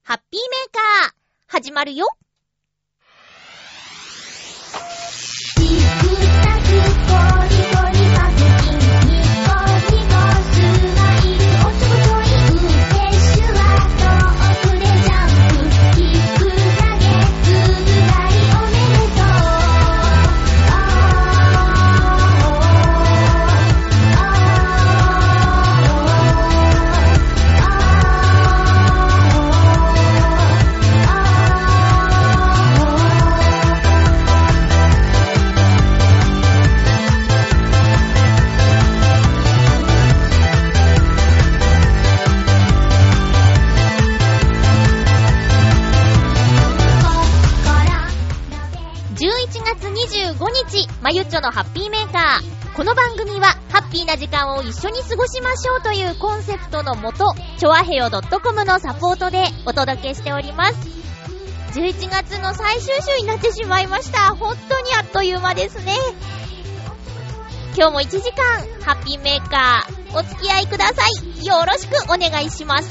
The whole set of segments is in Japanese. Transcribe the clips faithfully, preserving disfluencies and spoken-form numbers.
ハッピーメーカー始まるよ。まゆっちょのハッピーメーカー。この番組はハッピーな時間を一緒に過ごしましょうというコンセプトのもと、チョアヘヨ .com のサポートでお届けしております。じゅういちがつの最終週になってしまいました。本当にあっという間ですね。今日もいちじかんハッピーメーカーお付き合いください。よろしくお願いします。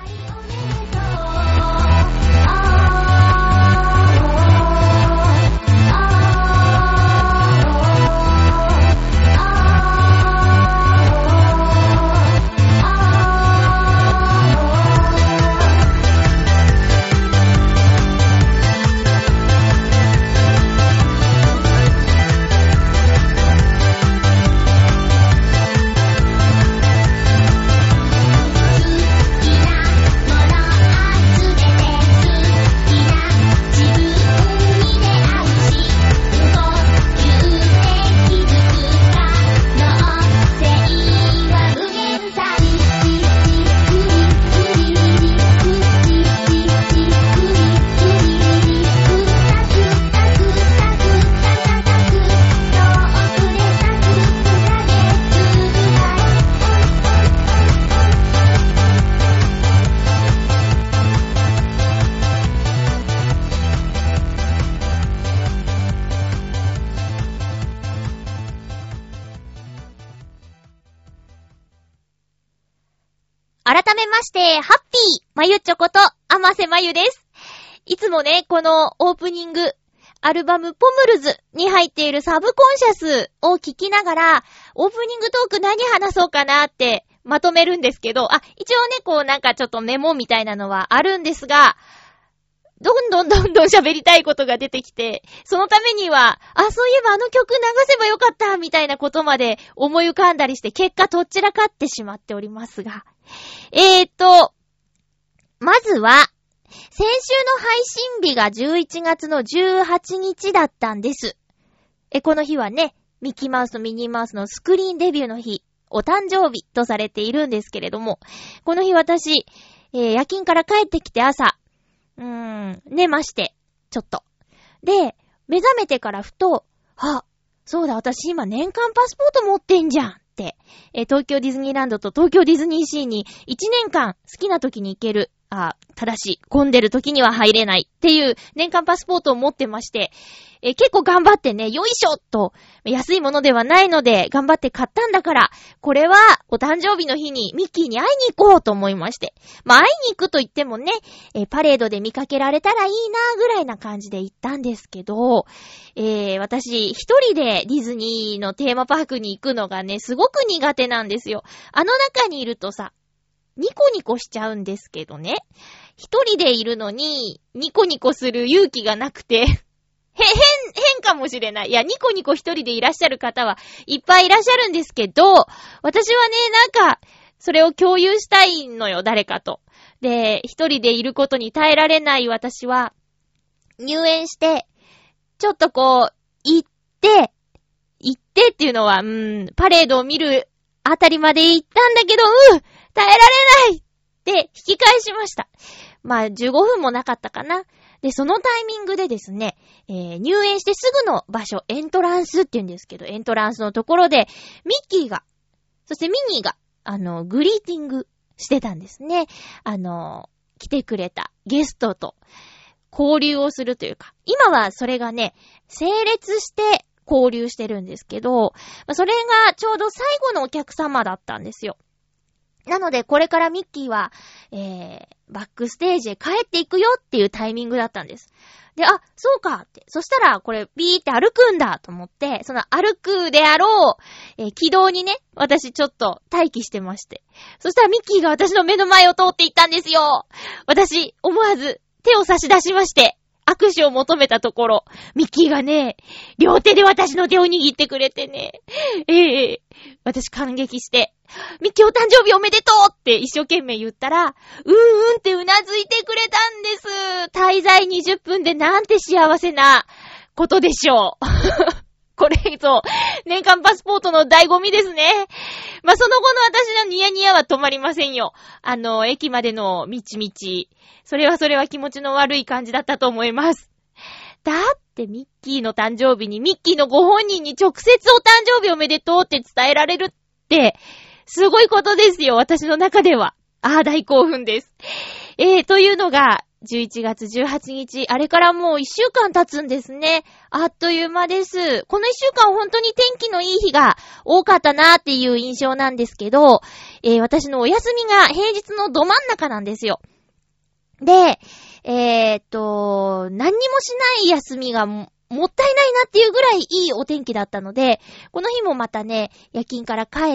改めまして、ハッピーまゆっちょことあませまゆです。いつもね、このオープニングアルバムポムルズに入っているサブコンシャスを聞きながら、オープニングトーク何話そうかなってまとめるんですけど、あ、一応ね、こうなんかちょっとメモみたいなのはあるんですが、どんどんどんどん喋りたいことが出てきて、そのためには、あ、そういえばあの曲流せばよかったみたいなことまで思い浮かんだりして、結果とっちらかってしまっておりますが、えーと、まずは、先週の配信日がじゅういちがつのじゅうはちにちだったんです。え、この日はね、ミッキーマウスとミニーマウスのスクリーンデビューの日、お誕生日とされているんですけれども、この日私、えー、夜勤から帰ってきて朝、うーん、寝まして、ちょっと。で、目覚めてからふと、あ、そうだ、私今年間パスポート持ってんじゃんって、えー、東京ディズニーランドと東京ディズニーシーにいちねんかん好きな時に行ける、あ、ただし、混んでる時には入れないっていう年間パスポートを持ってまして、えー、結構頑張ってね、よいしょっと、安いものではないので頑張って買ったんだから、これはお誕生日の日にミッキーに会いに行こうと思いまして。まあ会いに行くと言ってもね、えー、パレードで見かけられたらいいなぐらいな感じで行ったんですけど、えー、私一人でディズニーのテーマパークに行くのがね、すごく苦手なんですよ。あの中にいるとさ、ニコニコしちゃうんですけどね。一人でいるのに、ニコニコする勇気がなくて、へ、変、変かもしれない。いや、ニコニコ一人でいらっしゃる方はいっぱいいらっしゃるんですけど、私はね、なんか、それを共有したいのよ、誰かと。で、一人でいることに耐えられない私は、入園して、ちょっとこう、行って、行ってっていうのは、うーん、パレードを見るあたりまで行ったんだけど、うん、耐えられないって引き返しました。まあ、じゅうごふんもなかったかな。で、そのタイミングでですね、えー、入園してすぐの場所、エントランスって言うんですけど、エントランスのところで、ミッキーが、そしてミニーが、あの、グリーティングしてたんですね。あの、来てくれたゲストと交流をするというか、今はそれがね、整列して交流してるんですけど、それがちょうど最後のお客様だったんですよ。 なのでこれからミッキーは、えー、バックステージへ帰っていくよっていうタイミングだったんです。で、あ、そうかって。そしたら、これ、ビーって歩くんだと思って、その歩くであろう、えー、軌道にね、私ちょっと待機してまして。そしたらミッキーが私の目の前を通っていったんですよ。私、思わず手を差し出しまして、握手を求めたところ、ミッキーがね、両手で私の手を握ってくれてね、ええー、私感激して、ミッキーお誕生日おめでとうって一生懸命言ったら、うんうんってうなずいてくれたんです。滞在にじゅっぷんでなんて幸せなことでしょう。これぞ、年間パスポートの醍醐味ですね。まあ、その後の私のニヤニヤは止まりませんよ。あの、駅までの道々。それはそれは気持ちの悪い感じだったと思います。だってミッキーの誕生日にミッキーのご本人に直接お誕生日おめでとうって伝えられるって、すごいことですよ、私の中では。ああ、大興奮です。えー、というのが、じゅういちがつじゅうはちにち、あれからもういっしゅうかん経つんですね。あっという間です。このいっしゅうかん本当に天気のいい日が多かったなーっていう印象なんですけど、えー、私のお休みが平日のど真ん中なんですよ。で、えーっと、何にもしない休みがも、もったいないなっていうぐらいいいお天気だったので、この日もまたね、夜勤から帰って、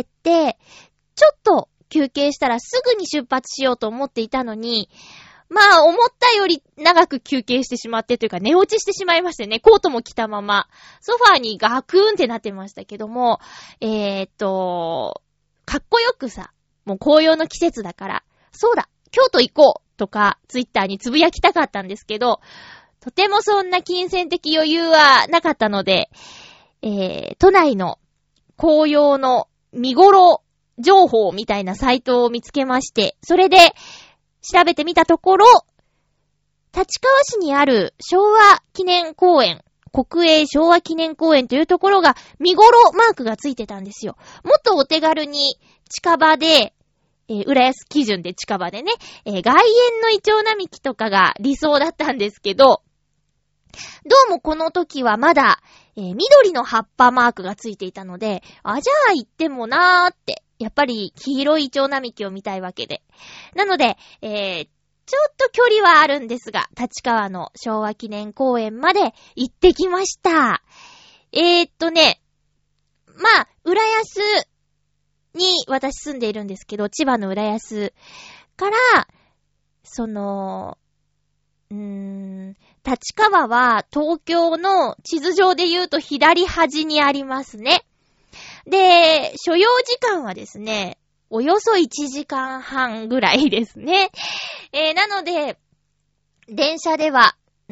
ちょっと休憩したらすぐに出発しようと思っていたのに、まあ思ったより長く休憩してしまってというか寝落ちしてしまいましてね、コートも着たまま、ソファーにガクーンってなってましたけども、えーっと、かっこよくさ、もう紅葉の季節だから、そうだ、京都行こうとかツイッターにつぶやきたかったんですけど、とてもそんな金銭的余裕はなかったので、えー、都内の紅葉の見頃情報みたいなサイトを見つけまして、それで調べてみたところ、立川市にある昭和記念公園、国営昭和記念公園というところが見頃マークがついてたんですよ。もっとお手軽に近場で、えー、浦安基準で近場でね、えー、外苑のイチョウ並木とかが理想だったんですけど、どうもこの時はまだ、えー、緑の葉っぱマークがついていたので、あ、じゃあ行ってもなーって、やっぱり黄色いイチョウ並木を見たいわけで。なので、えー、ちょっと距離はあるんですが、立川の昭和記念公園まで行ってきました。えーっとね、まあ、浦安に私住んでいるんですけど、千葉の浦安から、その、うーん、立川は東京の地図上で言うと左端にありますね。で、所要時間はですね、およそいちじかんはんぐらいですね。えー、なので、電車では、うん、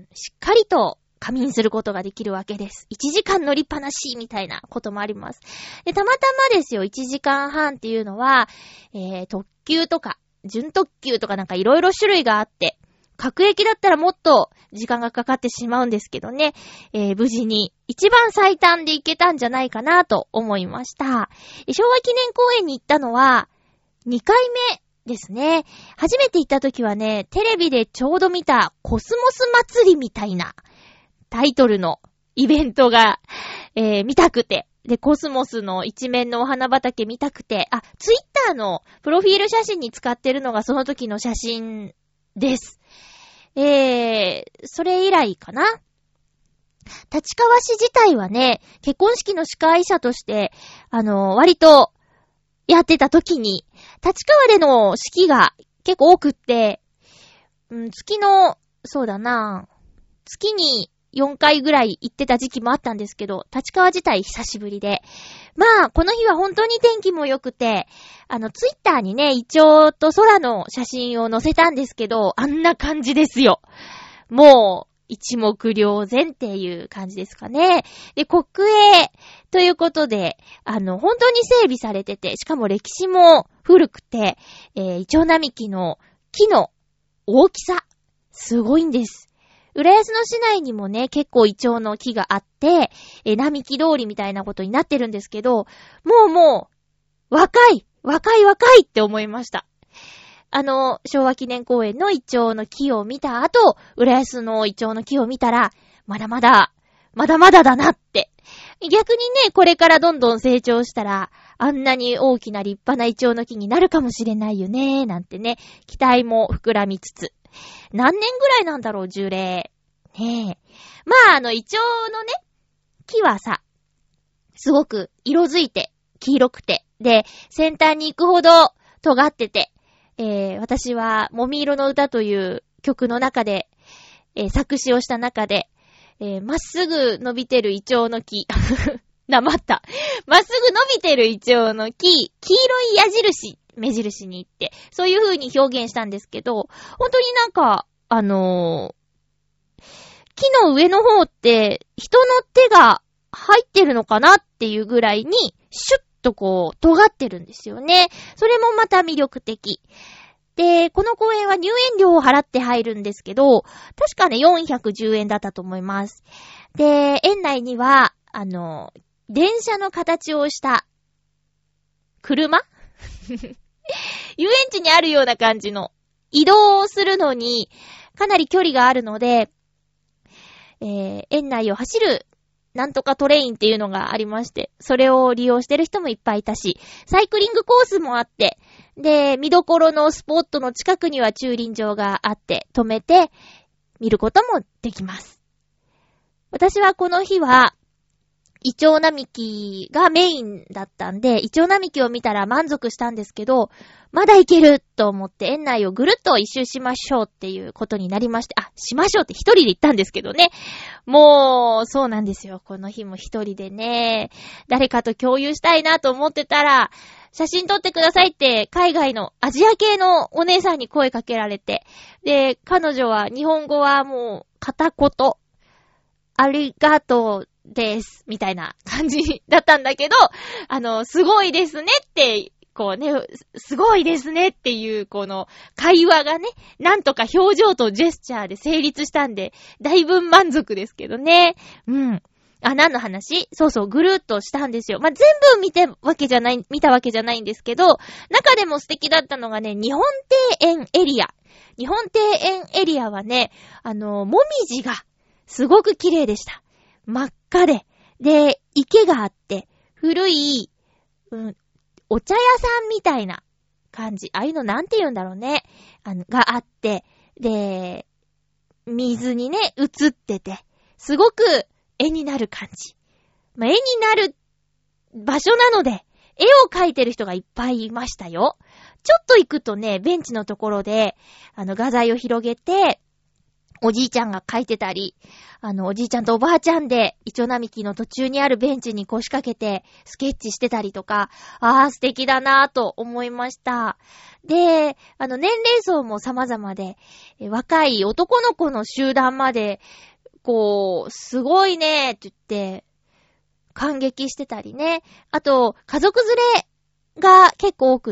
しっかりと仮眠することができるわけです。いちじかん乗りっぱなしみたいなこともあります。で、たまたまですよ、いちじかんはんっていうのは、えー、特急とか、準特急とかなんかいろいろ種類があって、各駅だったらもっと時間がかかってしまうんですけどね、えー、無事に一番最短で行けたんじゃないかなと思いました。昭和記念公園に行ったのはにかいめですね。初めて行った時はね、テレビでちょうど見たコスモス祭りみたいなタイトルのイベントが、えー、見たくて、で、コスモスの一面のお花畑見たくて、あ、ツイッターのプロフィール写真に使ってるのがその時の写真です。えー、それ以来かな。立川市自体はね、結婚式の司会者として、あの、割とやってた時に、立川での式が結構多くって、うん、月の、そうだな、月によんかいぐらい行ってた時期もあったんですけど、立川自体久しぶりで。まあ、この日は本当に天気も良くて、あの、ツイッターにね、イチョウと空の写真を載せたんですけど、あんな感じですよ。もう、一目瞭然っていう感じですかね。で、国営ということで、あの、本当に整備されてて、しかも歴史も古くて、えー、イチョウ並木の木の大きさ、すごいんです。浦安の市内にもね、結構イチョウの木があって、えー、並木通りみたいなことになってるんですけど、もうもう、若い若い若いって思いました。あの、昭和記念公園のイチョウの木を見た後、浦安のイチョウの木を見たら、まだまだ、まだまだだなって。逆にね、これからどんどん成長したら、 あんなに大きな立派なイチョウの木になるかもしれないよね、なんてね、期待も膨らみつつ。何年ぐらいなんだろう、樹齢。ねえ。まあ、あの、イチョウのね、木はさ、すごく色づいて、黄色くて、で、先端に行くほど尖ってて、えー、私は、もみ色の歌という曲の中で、えー、作詞をした中で、えー、まっすぐ伸びてるイチョウの木、なまった。まっすぐ伸びてるイチョウの木、黄色い矢印、目印に行って、そういう風に表現したんですけど、本当になんか、あのー、木の上の方って、人の手が入ってるのかなっていうぐらいに、シュッとこう、尖ってるんですよね。それもまた魅力的。で、この公園は入園料を払って入るんですけど、確かね、よんひゃくじゅうえんだったと思います。で、園内には、あの、電車の形をした車遊園地にあるような感じの移動するのにかなり距離があるので、えー、園内を走るなんとかトレインっていうのがありまして、それを利用してる人もいっぱいいたし、サイクリングコースもあって、で、見どころのスポットの近くには駐輪場があって止めて見ることもできます。私はこの日はイチョウ並木がメインだったんで、イチョウ並木を見たら満足したんですけど、まだ行けると思って園内をぐるっと一周しましょうっていうことになりまして、あ、しましょうって一人で行ったんですけどね。もう、そうなんですよ。この日も一人でね、誰かと共有したいなと思ってたら、写真撮ってくださいって海外のアジア系のお姉さんに声かけられて、で、彼女は日本語はもう片言、ありがとうです、みたいな感じだったんだけど、あの、すごいですねって、こうね、すごいですねっていう、この会話がね、なんとか表情とジェスチャーで成立したんで、だいぶ満足ですけどね。うん。あ、何の話？そうそう、ぐるっとしたんですよ。まあ、全部見てわけじゃない、見たわけじゃないんですけど、中でも素敵だったのがね、日本庭園エリア。日本庭園エリアはね、あの、もみじがすごく綺麗でした。真っ赤で、で、池があって、古い、うん、お茶屋さんみたいな感じ。ああいうのなんて言うんだろうね。あの、があって、で、水にね、映ってて、すごく絵になる感じ。まあ、絵になる場所なので、絵を描いてる人がいっぱいいましたよ。ちょっと行くとね、ベンチのところで、あの、画材を広げて、おじいちゃんが描いてたり、あの、おじいちゃんとおばあちゃんで、イチョウ並木の途中にあるベンチに腰掛けて、スケッチしてたりとか、あー素敵だなぁと思いました。で、あの、年齢層も様々で、え若い男の子の集団まで、こう、すごいねって言って、感激してたりね。あと、家族連れが結構多くって、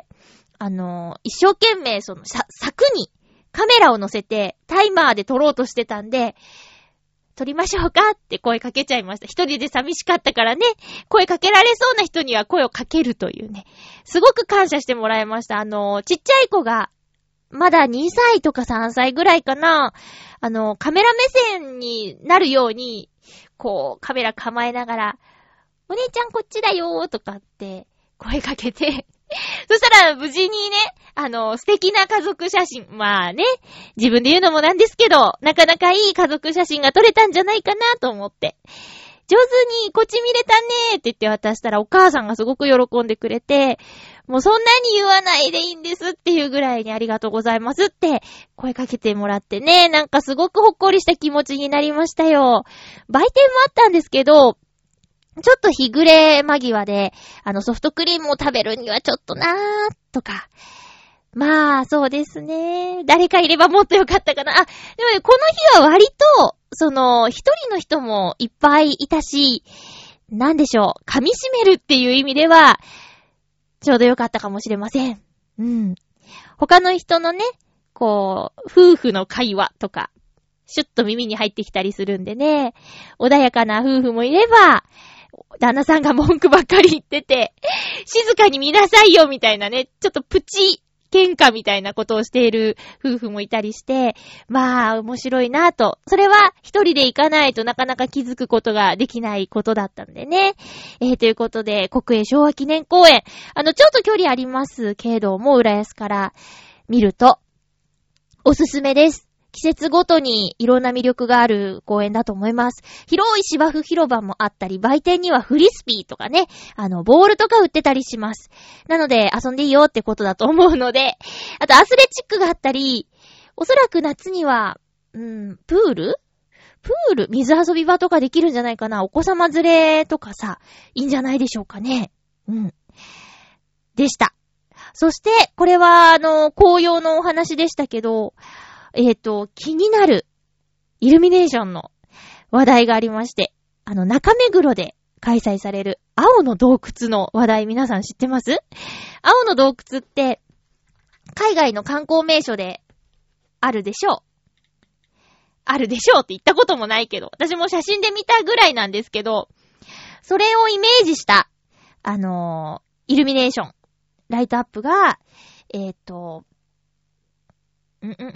あの、一生懸命その、さ、柵に、カメラを乗せてタイマーで撮ろうとしてたんで、撮りましょうかって声かけちゃいました。一人で寂しかったからね、声かけられそうな人には声をかけるというね。すごく感謝してもらいました。あの、ちっちゃい子が、まだにさいとかさんさいぐらいかな、あの、カメラ目線になるように、こう、カメラ構えながら、お姉ちゃんこっちだよーとかって声かけて、そしたら無事にね、あの、素敵な家族写真、まあね、自分で言うのもなんですけど、なかなかいい家族写真が撮れたんじゃないかなと思って、上手にこっち見れたねーって言って渡したらお母さんがすごく喜んでくれて、もうそんなに言わないでいいんですっていうぐらいにありがとうございますって声かけてもらってね、なんかすごくほっこりした気持ちになりましたよ。売店もあったんですけど、ちょっと日暮れ間際で、あのソフトクリームを食べるにはちょっとなーとか。まあ、そうですね。誰かいればもっとよかったかな。あ、でもね、この日は割と、その、一人の人もいっぱいいたし、なんでしょう、噛み締めるっていう意味では、ちょうどよかったかもしれません。うん。他の人のね、こう、夫婦の会話とか、シュッと耳に入ってきたりするんでね、穏やかな夫婦もいれば、旦那さんが文句ばっかり言ってて、静かに見なさいよみたいなね、ちょっとプチ喧嘩みたいなことをしている夫婦もいたりして、まあ面白いなと。それは一人で行かないとなかなか気づくことができないことだったんでね。えー、ということで、国営昭和記念公園。あの、ちょっと距離ありますけども、浦安から見ると、おすすめです。季節ごとにいろんな魅力がある公園だと思います。広い芝生広場もあったり、売店にはフリスピーとかね、あの、ボールとか売ってたりします。なので、遊んでいいよってことだと思うので、あとアスレチックがあったり、おそらく夏には、うん、プールプール水遊び場とかできるんじゃないかな。お子様連れとかさ、いいんじゃないでしょうかね。うん。でした。そして、これは、あの、紅葉のお話でしたけど、えっと、気になるイルミネーションの話題がありまして、あの、中目黒で開催される青の洞窟の話題、皆さん知ってます？青の洞窟って、海外の観光名所であるでしょう。あるでしょうって言ったこともないけど、私も写真で見たぐらいなんですけど、それをイメージした、あのー、イルミネーション、ライトアップが、えっと、うんうんうん。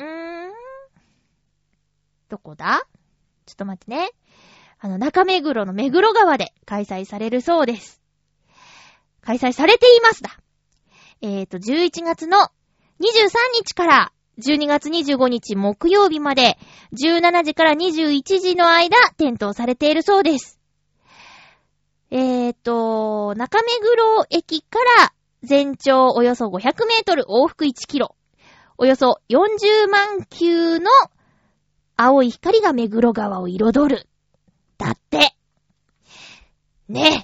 どこだ？ちょっと待ってね。あの、中目黒の目黒川で開催されるそうです。開催されていますだ。えっと、じゅういちがつのにじゅうさんにちからじゅうにがつにじゅうごにち木曜日までじゅうしちじからにじゅういちじの間点灯されているそうです。えっと、中目黒駅から全長およそごひゃくメートル往復いちキロ。およそよんじゅうまんきゅうの青い光が目黒川を彩る。だって。ね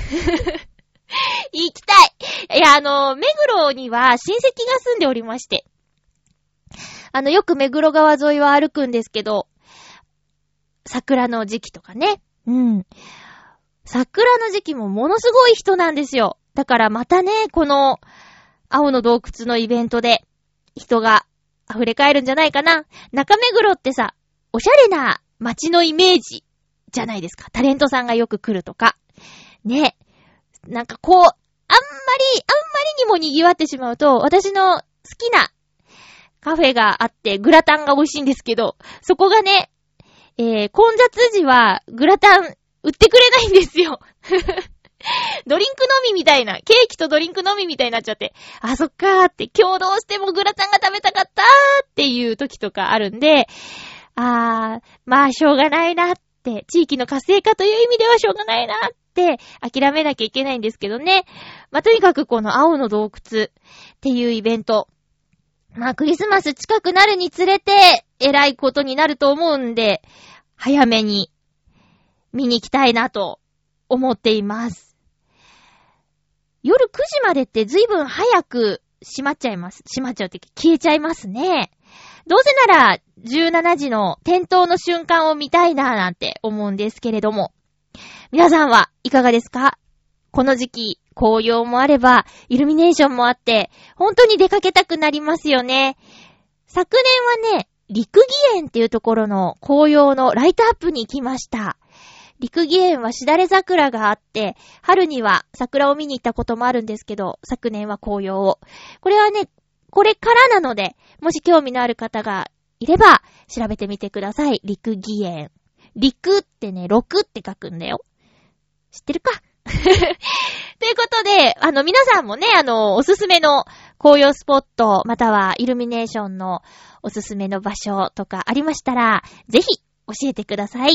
行きたい。いや、あの、目黒には親戚が住んでおりまして。あの、よく目黒川沿いは歩くんですけど、桜の時期とかね。うん。桜の時期もものすごい人なんですよ。だからまたね、この青の洞窟のイベントで、人が溢れ返るんじゃないかな。中目黒ってさ、おしゃれな街のイメージじゃないですか。タレントさんがよく来るとか。ね。なんかこう、あんまり、あんまりにも賑わってしまうと、私の好きなカフェがあって、グラタンが美味しいんですけど、そこがね、えー、混雑時はグラタン売ってくれないんですよ。ドリンクのみみたいな、ケーキとドリンクのみみたいになっちゃって、あ、そっかーって、今日どうしてもグラタンが食べたかったーっていう時とかあるんで、あー、まあしょうがないなって、地域の活性化という意味ではしょうがないなって諦めなきゃいけないんですけどね。まあとにかくこの青の洞窟っていうイベント、まあクリスマス近くなるにつれて偉いことになると思うんで、早めに見に行きたいなと思っています。夜くじまでって随分早く閉まっちゃいます。閉まっちゃうって消えちゃいますね。どうせならじゅうしちじの点灯の瞬間を見たいなぁなんて思うんですけれども。皆さんはいかがですか？この時期、紅葉もあれば、イルミネーションもあって、本当に出かけたくなりますよね。昨年はね、陸義園っていうところの紅葉のライトアップに行きました。陸義園はしだれ桜があって、春には桜を見に行ったこともあるんですけど、昨年は紅葉を。これはね、これからなので、もし興味のある方がいれば、調べてみてください。陸義園。陸ってね、六って書くんだよ。知ってるかということで、あの、皆さんもね、あの、おすすめの紅葉スポット、またはイルミネーションのおすすめの場所とかありましたら、ぜひ教えてください。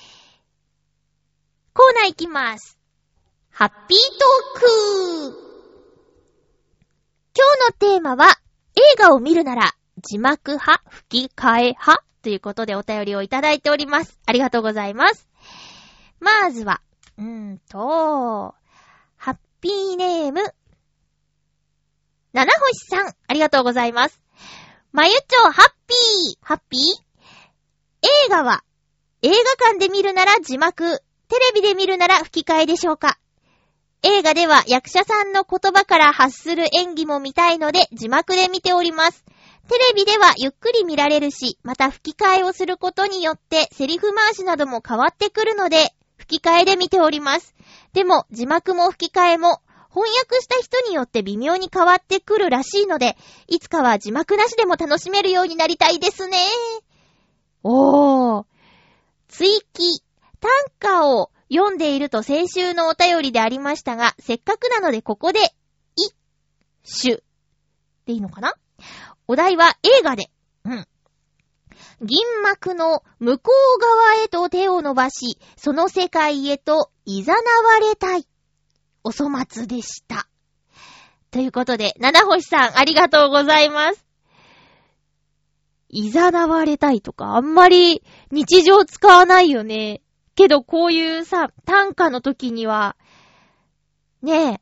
コーナー行きます。ハッピートーク。今日のテーマは、映画を見るなら字幕派、吹き替え派ということでお便りをいただいております。ありがとうございます。まずは、うーんと、ハッピーネーム、七星さん、ありがとうございます。まゆちょ、ハッピー、ハッピー。映画は、映画館で見るなら字幕、テレビで見るなら吹き替えでしょうか。映画では役者さんの言葉から発する演技も見たいので字幕で見ております。テレビではゆっくり見られるし、また吹き替えをすることによってセリフ回しなども変わってくるので吹き替えで見ております。でも字幕も吹き替えも翻訳した人によって微妙に変わってくるらしいので、いつかは字幕なしでも楽しめるようになりたいですね。おー。追記。短歌を読んでいると先週のお便りでありましたが、せっかくなのでここで、一首。でいいのかな？お題は映画で。うん。銀幕の向こう側へと手を伸ばし、その世界へと誘われたい。お粗末でした。ということで、七星さんありがとうございます。誘われたいとかあんまり日常使わないよね。けどこういうさ、短歌の時には、ねえ、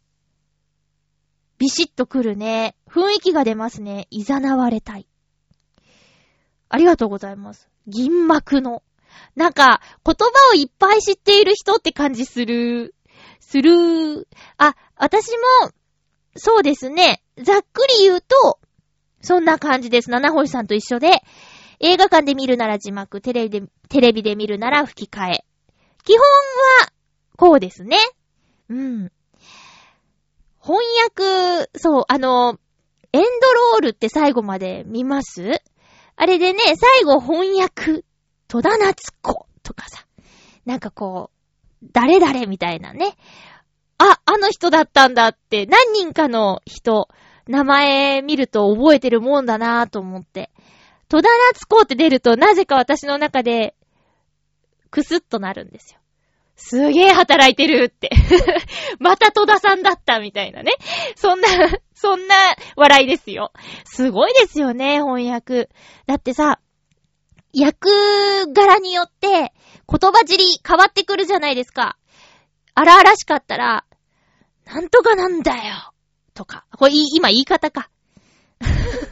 ビシッとくるね。雰囲気が出ますね。誘われたい。ありがとうございます。銀幕の。なんか、言葉をいっぱい知っている人って感じする。する。あ、私も、そうですね。ざっくり言うと、そんな感じです。七星さんと一緒で、映画館で見るなら字幕、テレビで、テレビで見るなら吹き替え。基本は、こうですね。うん。翻訳、そう、あの、エンドロールって最後まで見ます？あれでね、最後翻訳、戸田夏子とかさ、なんかこう、誰々みたいなね。あ、あの人だったんだって何人かの人、名前見ると覚えてるもんだなぁと思って。戸田夏子って出るとなぜか私の中でクスッとなるんですよ。すげー働いてるって。また戸田さんだったみたいなね。そんな、そんな笑いですよ。すごいですよね、翻訳。だってさ、役柄によって言葉尻変わってくるじゃないですか。荒々しかったら、なんとかなんだよとか。これ今言い方か。ね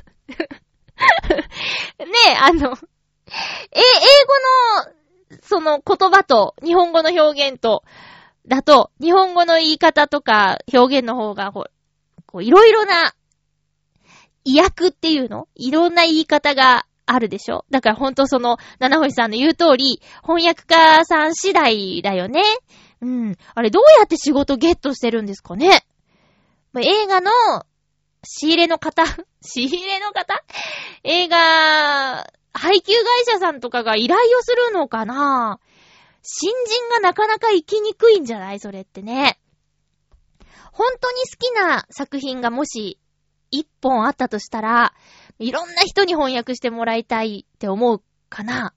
え、あの、え、英語のその言葉と日本語の表現とだと日本語の言い方とか表現の方がこう、こういろいろな意訳っていうのいろんな言い方があるでしょ。だからほんとその七星さんの言う通り翻訳家さん次第だよね。うん。あれどうやって仕事ゲットしてるんですかね。映画の仕入れの方仕入れの方映画配給会社さんとかが依頼をするのかな？新人がなかなか行きにくいんじゃない？それってね。本当に好きな作品がもし一本あったとしたら、いろんな人に翻訳してもらいたいって思うかな？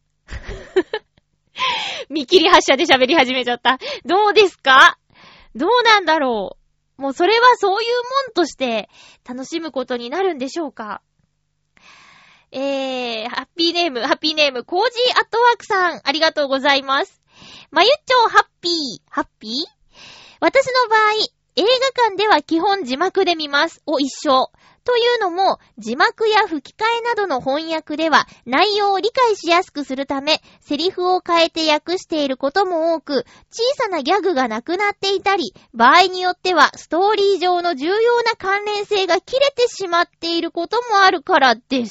見切り発車で喋り始めちゃった。どうですか？どうなんだろう？もうそれはそういうもんとして楽しむことになるんでしょうか？えー、ハッピーネーム、ハッピーネーム、コージーアットワークさん、ありがとうございます。まゆっちょハッピー、ハッピー？私の場合、映画館では基本字幕で見ます。お、一緒。というのも、字幕や吹き替えなどの翻訳では内容を理解しやすくするため、セリフを変えて訳していることも多く、小さなギャグがなくなっていたり、場合によってはストーリー上の重要な関連性が切れてしまっていることもあるからです。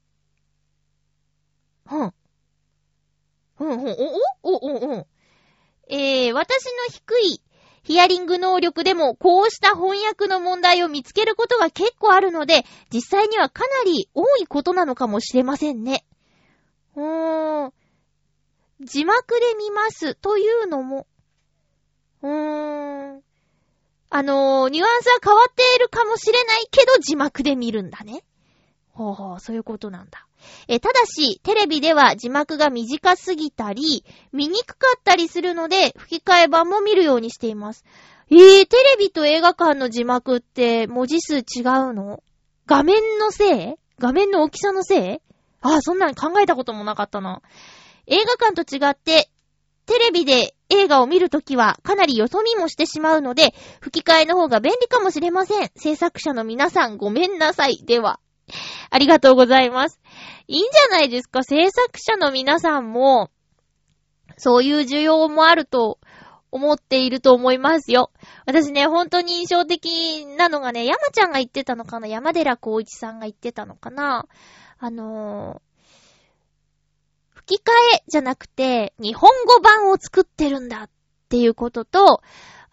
ふん。ふんふん、おおおおおえー、私の低いヒアリング能力でもこうした翻訳の問題を見つけることが結構あるので、実際にはかなり多いことなのかもしれませんね。うーん。字幕で見ますというのも、うーん。あのー、ニュアンスは変わっているかもしれないけど字幕で見るんだね。ほうほう、そういうことなんだ。え、ただし、テレビでは字幕が短すぎたり、見にくかったりするので、吹き替え版も見るようにしています。えー、テレビと映画館の字幕って文字数違うの？画面のせい？画面の大きさのせい？ああ、そんなに考えたこともなかったな。映画館と違って、テレビで映画を見るときはかなりよそ見もしてしまうので、吹き替えの方が便利かもしれません。制作者の皆さんごめんなさい。では。ありがとうございます。いいんじゃないですか。制作者の皆さんも、そういう需要もあると思っていると思いますよ。私ね、本当に印象的なのがね、山ちゃんが言ってたのかな、山寺宏一さんが言ってたのかな。あのー、吹き替えじゃなくて、日本語版を作ってるんだっていうことと、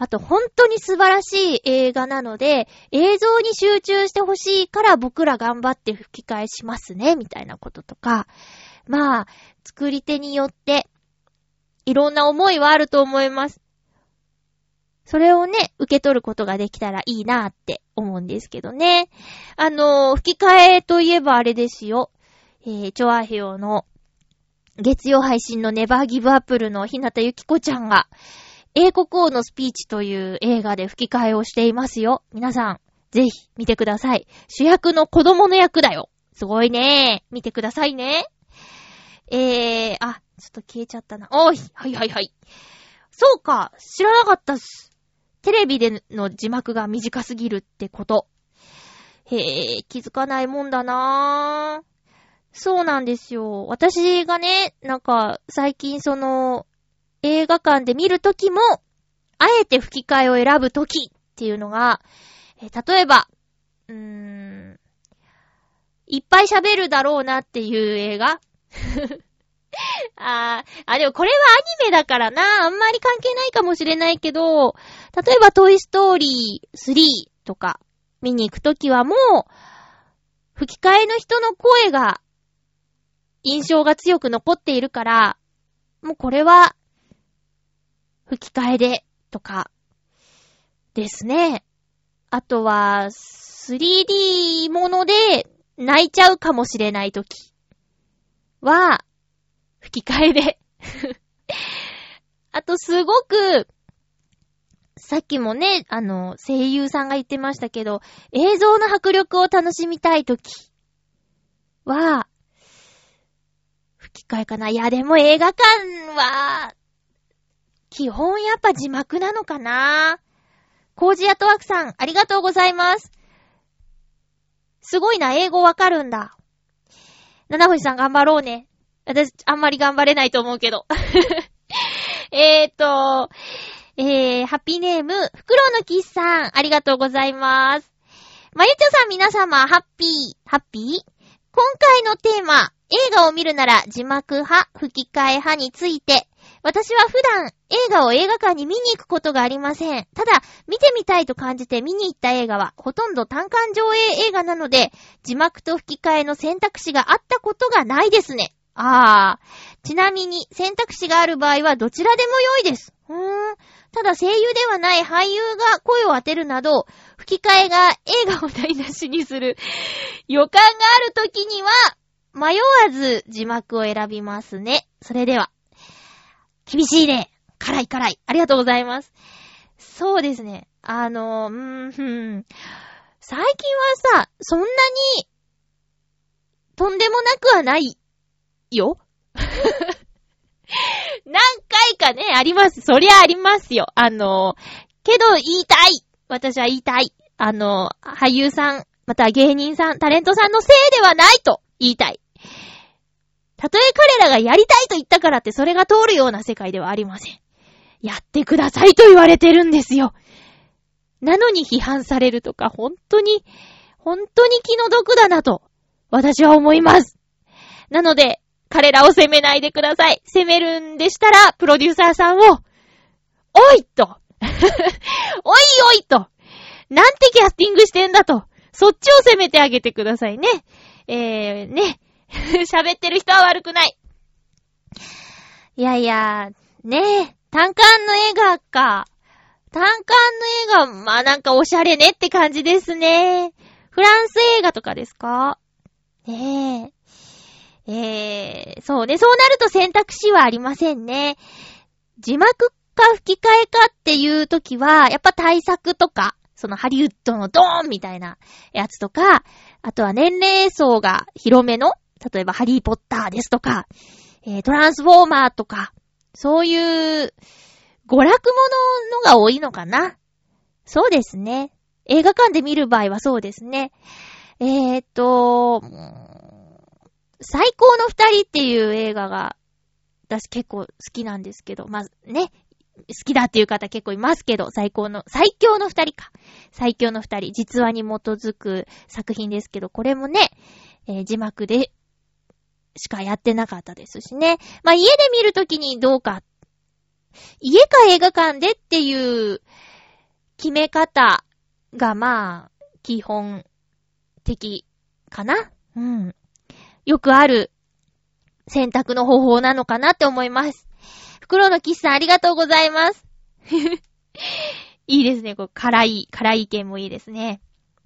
あと本当に素晴らしい映画なので、映像に集中してほしいから僕ら頑張って吹き替えしますね、みたいなこととか。まあ、作り手によっていろんな思いはあると思います。それをね、受け取ることができたらいいなって思うんですけどね。あのー、吹き替えといえばあれですよ。えー、チョアヘヨの月曜配信のネバーギブアップルの日向ゆきこちゃんが、英国王のスピーチという映画で吹き替えをしていますよ。皆さん、ぜひ見てください。主役の子供の役だよ。すごいね。見てくださいね。えー、あ、ちょっと消えちゃったな。おい、はいはいはい。そうか、知らなかったっす。テレビでの字幕が短すぎるってこと。へー、気づかないもんだなぁ。そうなんですよ。私がね、なんか、最近その、映画館で見るときも、あえて吹き替えを選ぶときっていうのが、えー、例えば、うーん、いっぱい喋るだろうなっていう映画あー、あ、でもこれはアニメだからな、あんまり関係ないかもしれないけど、例えばトイストーリースリーとか見に行くときはもう、吹き替えの人の声が印象が強く残っているから、もうこれは吹き替えでとかですね。あとは スリーディー もので泣いちゃうかもしれないときは吹き替えであとすごくさっきもね、あの声優さんが言ってましたけど、映像の迫力を楽しみたいときは吹き替えかな。いやでも映画館は基本やっぱ字幕なのかな。コージアトワークさんありがとうございます。すごいな、英語わかるんだ。七星さん頑張ろうね。私あんまり頑張れないと思うけどえーとえー、ハッピーネームフクロウのキスさんありがとうございます。まゆちょさん皆様ハッピーハッピー。今回のテーマ、映画を見るなら字幕派吹き替え派について、私は普段映画を映画館に見に行くことがありません。ただ見てみたいと感じて見に行った映画はほとんど単館上映映画なので、字幕と吹き替えの選択肢があったことがないですね。あー、ちなみに選択肢がある場合はどちらでも良いです。うーん。ただ声優ではない俳優が声を当てるなど、吹き替えが映画を台無しにする予感があるときには迷わず字幕を選びますね。それでは。厳しいね。辛い辛い。ありがとうございます。そうですね。あの、うーん、ふん。最近はさ、そんなに、とんでもなくはないよ。何回かね、あります。そりゃありますよ。あの、けど言いたい。私は言いたい。あの、俳優さん、また芸人さん、タレントさんのせいではないと言いたい。たとえ彼らがやりたいと言ったからってそれが通るような世界ではありません。やってくださいと言われてるんですよ。なのに批判されるとか本当に、本当に気の毒だなと私は思います。なので彼らを責めないでください。責めるんでしたらプロデューサーさんをおいとおいおいとなんてキャスティングしてんだとそっちを責めてあげてくださいね。えー、ね。喋ってる人は悪くない。いやいや、ねえ、単館の映画か。単館の映画、まあなんかおしゃれねって感じですね。フランス映画とかですか？ねえ。えー、そうね、そうなると選択肢はありませんね。字幕か吹き替えかっていうときは、やっぱ大作とか、そのハリウッドのドーンみたいなやつとか、あとは年齢層が広めの、例えばハリーポッターですとか、えー、トランスフォーマーとか、そういう娯楽もののが多いのかな。そうですね。映画館で見る場合はそうですね。えーっと、最高の二人っていう映画が私結構好きなんですけど、まずね、好きだっていう方結構いますけど、最高の、最強の二人か。最強の二人、実話に基づく作品ですけど、これもね、えー、字幕でしかやってなかったですしね。まあ家で見るときにどうか、家か映画館でっていう決め方がまあ、基本的かな。うん。よくある選択の方法なのかなって思います。袋のキスさんありがとうございます。いいですね。こう辛い、辛い意見もいいですね。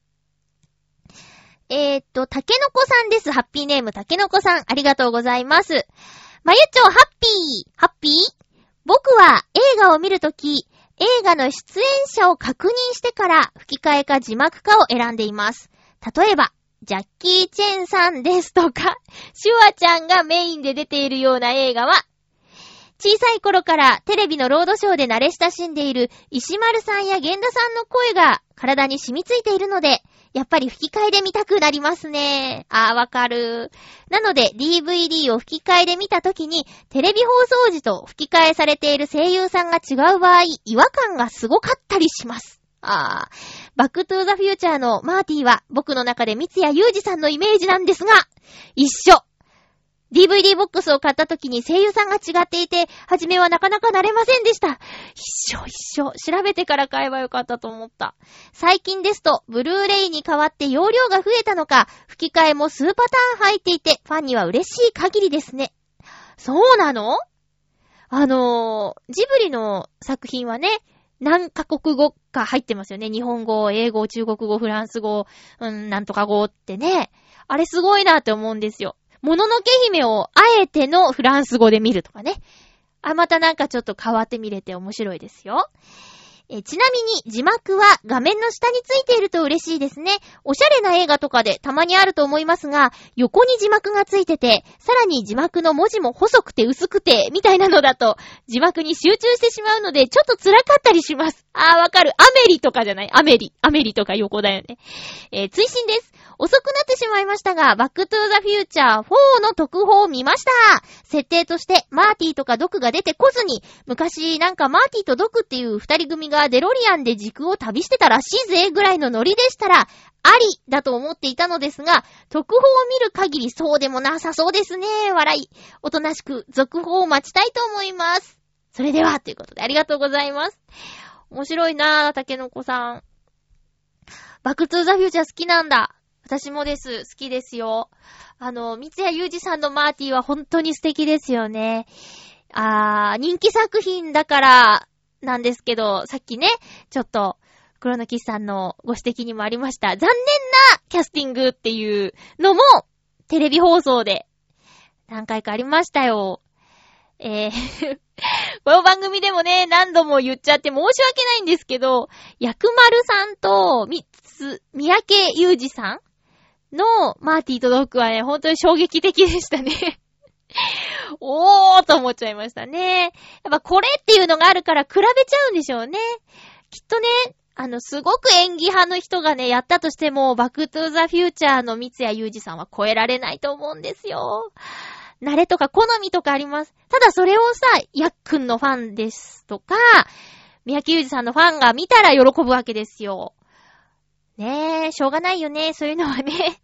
えーっと、たけのこさんです。ハッピーネームたけのこさん。ありがとうございます。まゆちょ、ハッピー。ハッピー？僕は映画を見るとき、映画の出演者を確認してから吹き替えか字幕かを選んでいます。例えば、ジャッキー・チェンさんですとか、シュワちゃんがメインで出ているような映画は、小さい頃からテレビのロードショーで慣れ親しんでいる石丸さんや源田さんの声が体に染みついているので、やっぱり吹き替えで見たくなりますね。あー、わかる。なので ディーブイディー を吹き替えで見たときに、テレビ放送時と吹き替えされている声優さんが違う場合、違和感がすごかったりします。あー、バックトゥーザフューチャーのマーティは僕の中で三谷裕二さんのイメージなんですが、一緒。ディーブイディー ボックスを買った時に声優さんが違っていて、初めはなかなか慣れませんでした。一緒一緒。調べてから買えばよかったと思った。最近ですと、ブルーレイに変わって容量が増えたのか、吹き替えも数パターン入っていて、ファンには嬉しい限りですね。そうなの？あのー、ジブリの作品はね、何カ国語か入ってますよね。日本語、英語、中国語、フランス語、うん、なんとか語ってね。あれすごいなって思うんですよ。もののけ姫をあえてのフランス語で見るとかね。あ、またなんかちょっと変わって見れて面白いですよ。えちなみに字幕は画面の下についていると嬉しいですね。おしゃれな映画とかでたまにあると思いますが、横に字幕がついてて、さらに字幕の文字も細くて薄くて、みたいなのだと、字幕に集中してしまうので、ちょっと辛かったりします。あー、わかる。アメリとかじゃない？アメリ。アメリとか横だよね。えー、追伸です。遅くなってしまいましたが、バックトゥーザフューチャーフォーの特報を見ました。設定として、マーティとかドクが出てこずに、昔なんかマーティとドクっていう二人組がデロリアンで時空を旅してたらしいぜぐらいのノリでしたら、ありだと思っていたのですが、特報を見る限りそうでもなさそうですね。笑い。おとなしく続報を待ちたいと思います。それでは、ということでありがとうございます。面白いなぁ、たけのこさん。バックトゥーザフューチャー好きなんだ。私もです。好きですよ。あの、三谷裕二さんのマーティは本当に素敵ですよね。あー、人気作品だからなんですけど、さっきね、ちょっと、黒のキスさんのご指摘にもありました。残念なキャスティングっていうのも、テレビ放送で何回かありましたよ。えー、この番組でもね、何度も言っちゃって申し訳ないんですけど、薬丸さんと、みつ、三宅裕二さんのマーティとドックはね、本当に衝撃的でしたね。おーと思っちゃいましたね。やっぱこれっていうのがあるから比べちゃうんでしょうね。きっとね、あの、すごく演技派の人がね、やったとしても、バックトゥーザフューチャーの三谷裕二さんは超えられないと思うんですよ。慣れとか好みとかあります。ただそれをさ、ヤックンのファンですとか、三宅裕二さんのファンが見たら喜ぶわけですよ。ねえ、しょうがないよね、そういうのはね。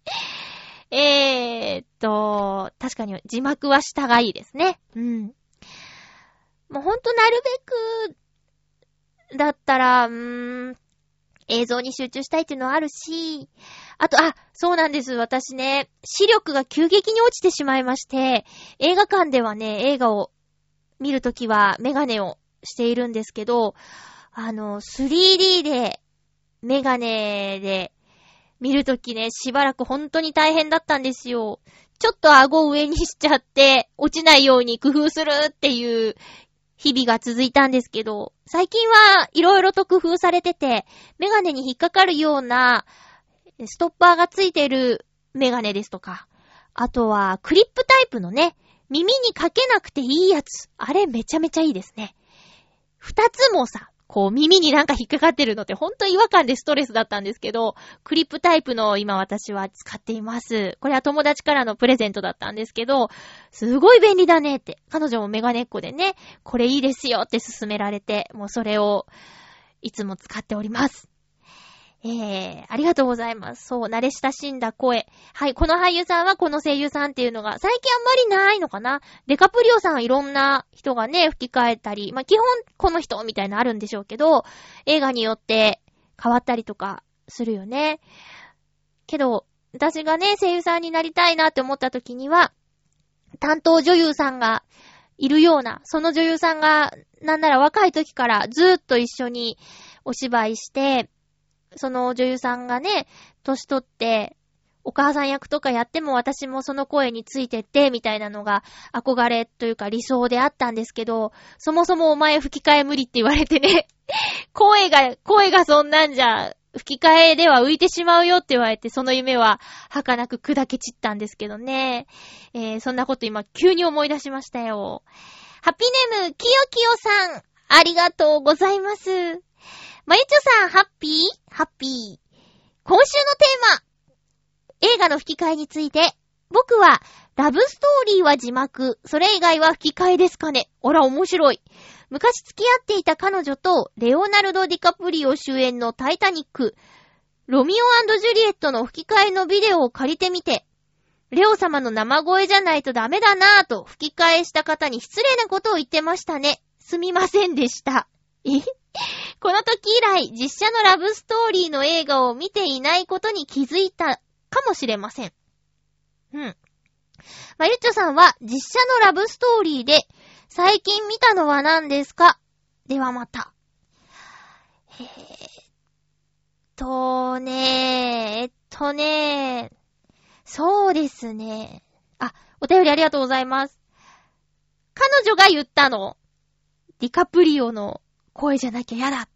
えーっと、確かに字幕は下がいいですね。うん。もうほんとなるべくだったら、うーん、映像に集中したいっていうのはあるし、あと、あ、そうなんです。私ね、視力が急激に落ちてしまいまして、映画館ではね、映画を見るときはメガネをしているんですけど、あの、スリーディー でメガネで見るときね、しばらく本当に大変だったんですよ。ちょっと顎を上にしちゃって、落ちないように工夫するっていう日々が続いたんですけど、最近はいろいろと工夫されてて、メガネに引っかかるようなストッパーがついてるメガネですとか、あとはクリップタイプのね、耳にかけなくていいやつ。あれめちゃめちゃいいですね。二つもさ、こう耳になんか引っかかってるのってほんと違和感でストレスだったんですけど、クリップタイプの今私は使っています。これは友達からのプレゼントだったんですけど、すごい便利だねって。彼女もメガネっ子でね、これいいですよって勧められて、もうそれをいつも使っております。 えー、ありがとうございます。そう、慣れ親しんだ声。はい、この俳優さんはこの声優さんっていうのが最近あんまりないのかな。デカプリオさんはいろんな人がね、吹き替えたり、まあ、基本この人みたいなのあるんでしょうけど、映画によって変わったりとかするよね。けど、私がね、声優さんになりたいなって思った時には、担当女優さんがいるような、その女優さんが、なんなら若い時からずーっと一緒にお芝居して、その女優さんがね、年取って、お母さん役とかやっても私もその声についてって、みたいなのが憧れというか理想であったんですけど、そもそもお前吹き替え無理って言われてね、声が、声がそんなんじゃ、吹き替えでは浮いてしまうよって言われて、その夢は儚く砕け散ったんですけどね。えー、そんなこと今急に思い出しましたよ。ハッピーネーム、きよきよさん、ありがとうございます。まゆちょさん、ハッピーハッピー。今週のテーマ。映画の吹き替えについて。僕は、ラブストーリーは字幕。それ以外は吹き替えですかね。あら、面白い。昔付き合っていた彼女と、レオナルド・ディカプリオ主演のタイタニック、ロミオ&ジュリエットの吹き替えのビデオを借りてみて、レオ様の生声じゃないとダメだなぁと吹き替えした方に失礼なことを言ってましたね。すみませんでした。えこの時以来、実写のラブストーリーの映画を見ていないことに気づいたかもしれません。うん。まゆっちょさんは実写のラブストーリーで最近見たのは何ですか？ではまた。えー、っとねー、えっとねー、そうですね。あ、お便りありがとうございます。彼女が言ったの。ディカプリオの声じゃなきゃやだって。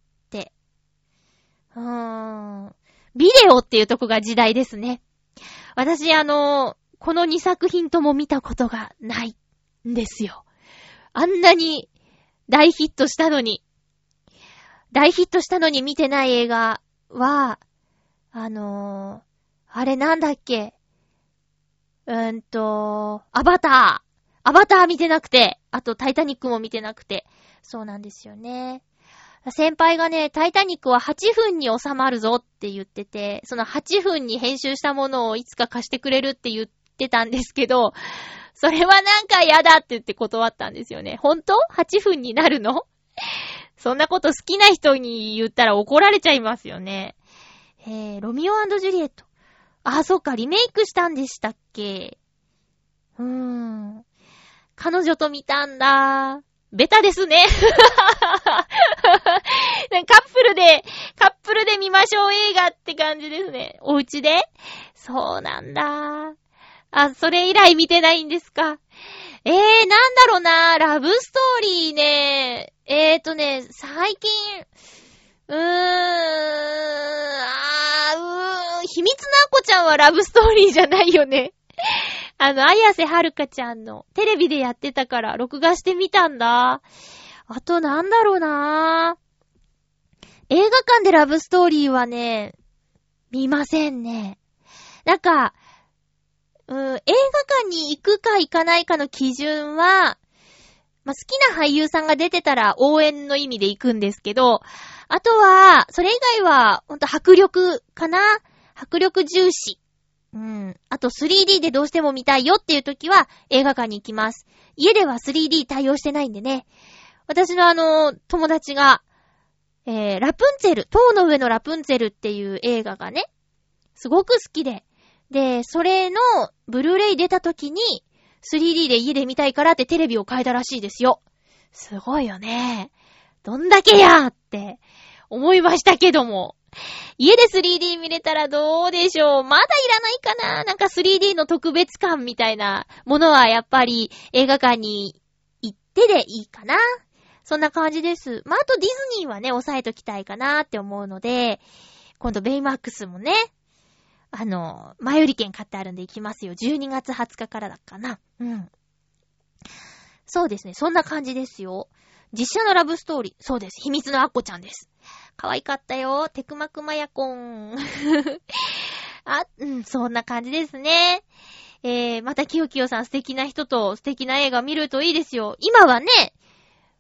うーん。ビデオっていうとこが時代ですね。私、あの、このにさく品とも見たことがないんですよ。あんなに大ヒットしたのに、大ヒットしたのに見てない映画は、あのー、あれなんだっけ？うーんと、アバター。アバター見てなくて、あとタイタニックも見てなくて、そうなんですよね。先輩がね、タイタニックははちふんに収まるぞって言ってて、そのはちふんに編集したものをいつか貸してくれるって言ってたんですけど、それはなんか嫌だって言って断ったんですよね。本当？ はち 分になるの？そんなこと好きな人に言ったら怒られちゃいますよね。えー、ロミオ&ジュリエット。あ、そっか、リメイクしたんでしたっけ？うーん。彼女と見たんだ。ベタですね。カップルで、カップルで見ましょう映画って感じですね。お家で？そうなんだ。あ、それ以来見てないんですか。えー、なんだろうな、ラブストーリーね。えーとね、最近、うーん、あー、うーん、秘密のアコちゃんはラブストーリーじゃないよね。あの、綾瀬はるかちゃんのテレビでやってたから録画してみたんだ。あとなんだろうな。映画館でラブストーリーはね、見ませんね。なんか、うん、映画館に行くか行かないかの基準は、まあ、好きな俳優さんが出てたら応援の意味で行くんですけど、あとは、それ以外は、ほんと迫力かな？迫力重視。うん。あと スリーディー でどうしても見たいよっていう時は映画館に行きます。家では スリーディー 対応してないんでね。私のあの、友達が、えー、ラプンツェル、塔の上のラプンツェルっていう映画がね、すごく好きで。で、それのブルーレイ出た時に スリーディー で家で見たいからってテレビを変えたらしいですよ。すごいよね。どんだけやーって思いましたけども。家で スリーディー 見れたらどうでしょう。まだいらないかな。なんか スリーディー の特別感みたいなものはやっぱり映画館に行ってでいいかな。そんな感じです。まあ、あとディズニーはね、抑えときたいかなって思うので、今度ベイマックスもね、あの、前売り券買ってあるんで行きますよ。じゅうにがつはつかからだかな。うん。そうですね。そんな感じですよ。実写のラブストーリー。そうです。秘密のアッコちゃんです。可愛かったよ。テクマクマヤコン。あ、うん、そんな感じですね。えー、またキヨキヨさん素敵な人と素敵な映画見るといいですよ。今はね、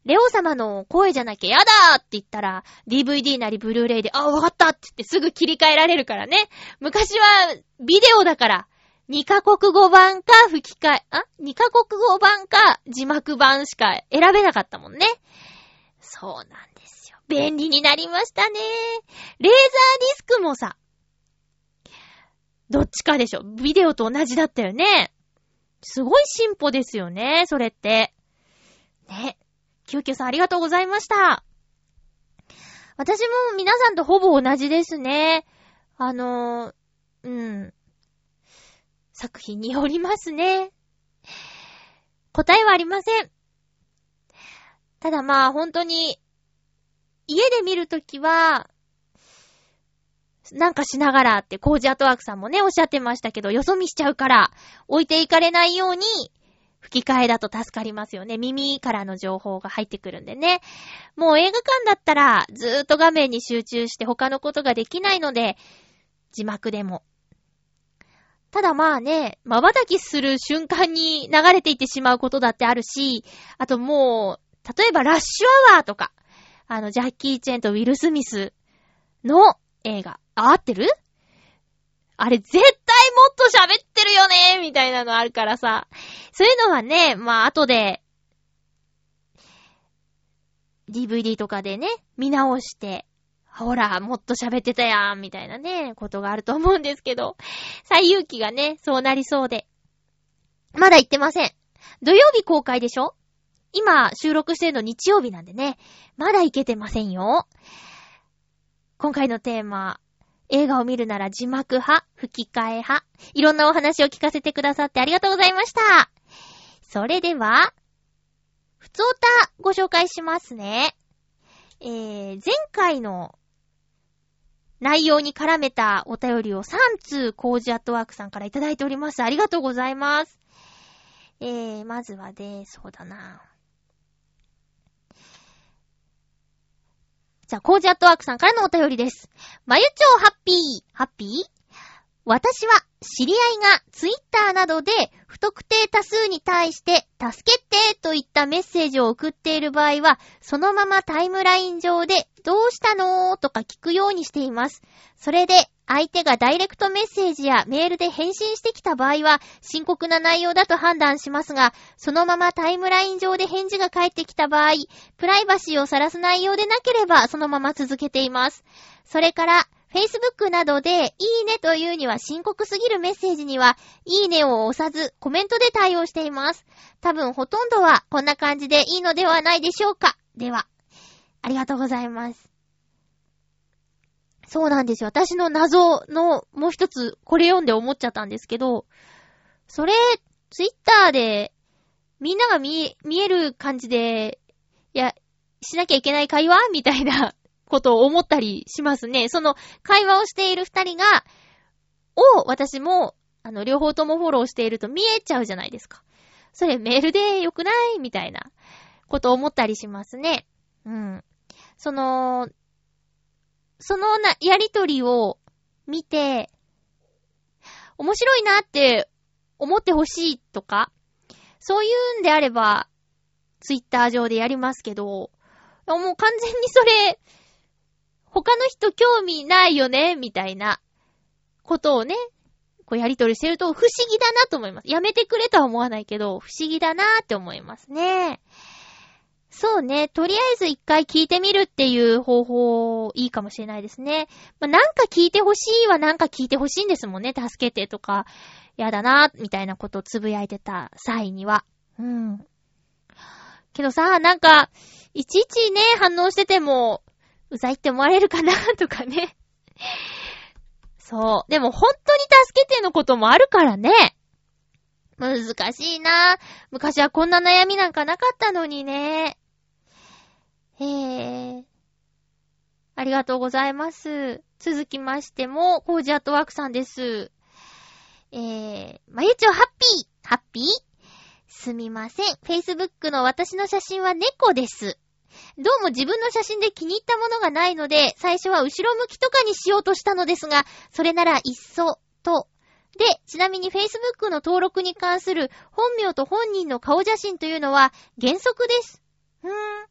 レオ様の声じゃなきゃやだーって言ったら ディーブイディー なりブルーレイで、あ、わかったって言ってすぐ切り替えられるからね。昔はビデオだからにカ国語版か吹き替え、あ ?に カ国語版か字幕版しか選べなかったもんね。そうなんですよ。便利になりましたね。レーザーディスクもさ、どっちかでしょ。ビデオと同じだったよね。すごい進歩ですよね、それって。ね。キューキューさんありがとうございました。私も皆さんとほぼ同じですね。あのー、うん。作品によりますね。答えはありません。ただまあ本当に家で見るときはなんかしながらってコージアットワークさんもねおっしゃってましたけど、よそ見しちゃうから置いていかれないように吹き替えだと助かりますよね。耳からの情報が入ってくるんでね。もう映画館だったらずーっと画面に集中して他のことができないので字幕でも。ただまあね、瞬きする瞬間に流れていってしまうことだってあるし、あともう例えばラッシュアワーとか、あのジャッキー・チェンとウィル・スミスの映画、あ、合ってる？あれ絶対もっと喋ってるよねみたいなのあるからさ、そういうのはね、まあ後で ディーブイディー とかでね見直して、ほらもっと喋ってたやんみたいなねことがあると思うんですけど、最有機がねそうなりそうで、まだ言ってません。土曜日公開でしょ？今収録してるの日曜日なんでね、まだいけてませんよ。今回のテーマ、映画を見るなら字幕派、吹き替え派、いろんなお話を聞かせてくださってありがとうございました。それではふつおたご紹介しますね。えー、前回の内容に絡めたお便りをさんつうコージアットワークさんからいただいております。ありがとうございます。えー、まずはで、そうだな。じゃあ、コージアットワークさんからのお便りです。まゆちょうハッピー、ハッピー？私は知り合いがツイッターなどで不特定多数に対して助けてといったメッセージを送っている場合は、そのままタイムライン上でどうしたのとか聞くようにしています。それで相手がダイレクトメッセージやメールで返信してきた場合は深刻な内容だと判断しますが、そのままタイムライン上で返事が返ってきた場合、プライバシーを晒す内容でなければそのまま続けています。それからFacebook などでいいねというには深刻すぎるメッセージにはいいねを押さずコメントで対応しています。多分ほとんどはこんな感じでいいのではないでしょうか。では、ありがとうございます。そうなんですよ。私の謎のもう一つこれ読んで思っちゃったんですけど、それツイッターでみんなが見、見える感じでいやしなきゃいけない会話みたいなことを思ったりしますね。その会話をしている二人がを私もあの両方ともフォローしていると見えちゃうじゃないですか。それメールでよくないみたいなことを思ったりしますね。うん。そのそのなやりとりを見て面白いなって思ってほしいとか、そういうんであればツイッター上でやりますけど、もう完全にそれ他の人興味ないよねみたいなことをね、こうやりとりしてると不思議だなと思います。やめてくれとは思わないけど不思議だなって思いますね。そうね、とりあえず一回聞いてみるっていう方法いいかもしれないですね。まあ、なんか聞いてほしいはなんか聞いてほしいんですもんね。助けてとかやだなみたいなことをつぶやいてた際には。うん。けどさ、なんかいちいちね反応しててもうざいって思われるかなとかね。そう。でも本当に助けてのこともあるからね。難しいな。昔はこんな悩みなんかなかったのにね。へー。ありがとうございます。続きましても、コージアットワークさんです。えー、まゆちょハッピー、ハッピー？すみません。Facebook の私の写真は猫です。どうも自分の写真で気に入ったものがないので、最初は後ろ向きとかにしようとしたのですが、それならいっそと。で、ちなみに Facebook の登録に関する本名と本人の顔写真というのは原則です。うーん。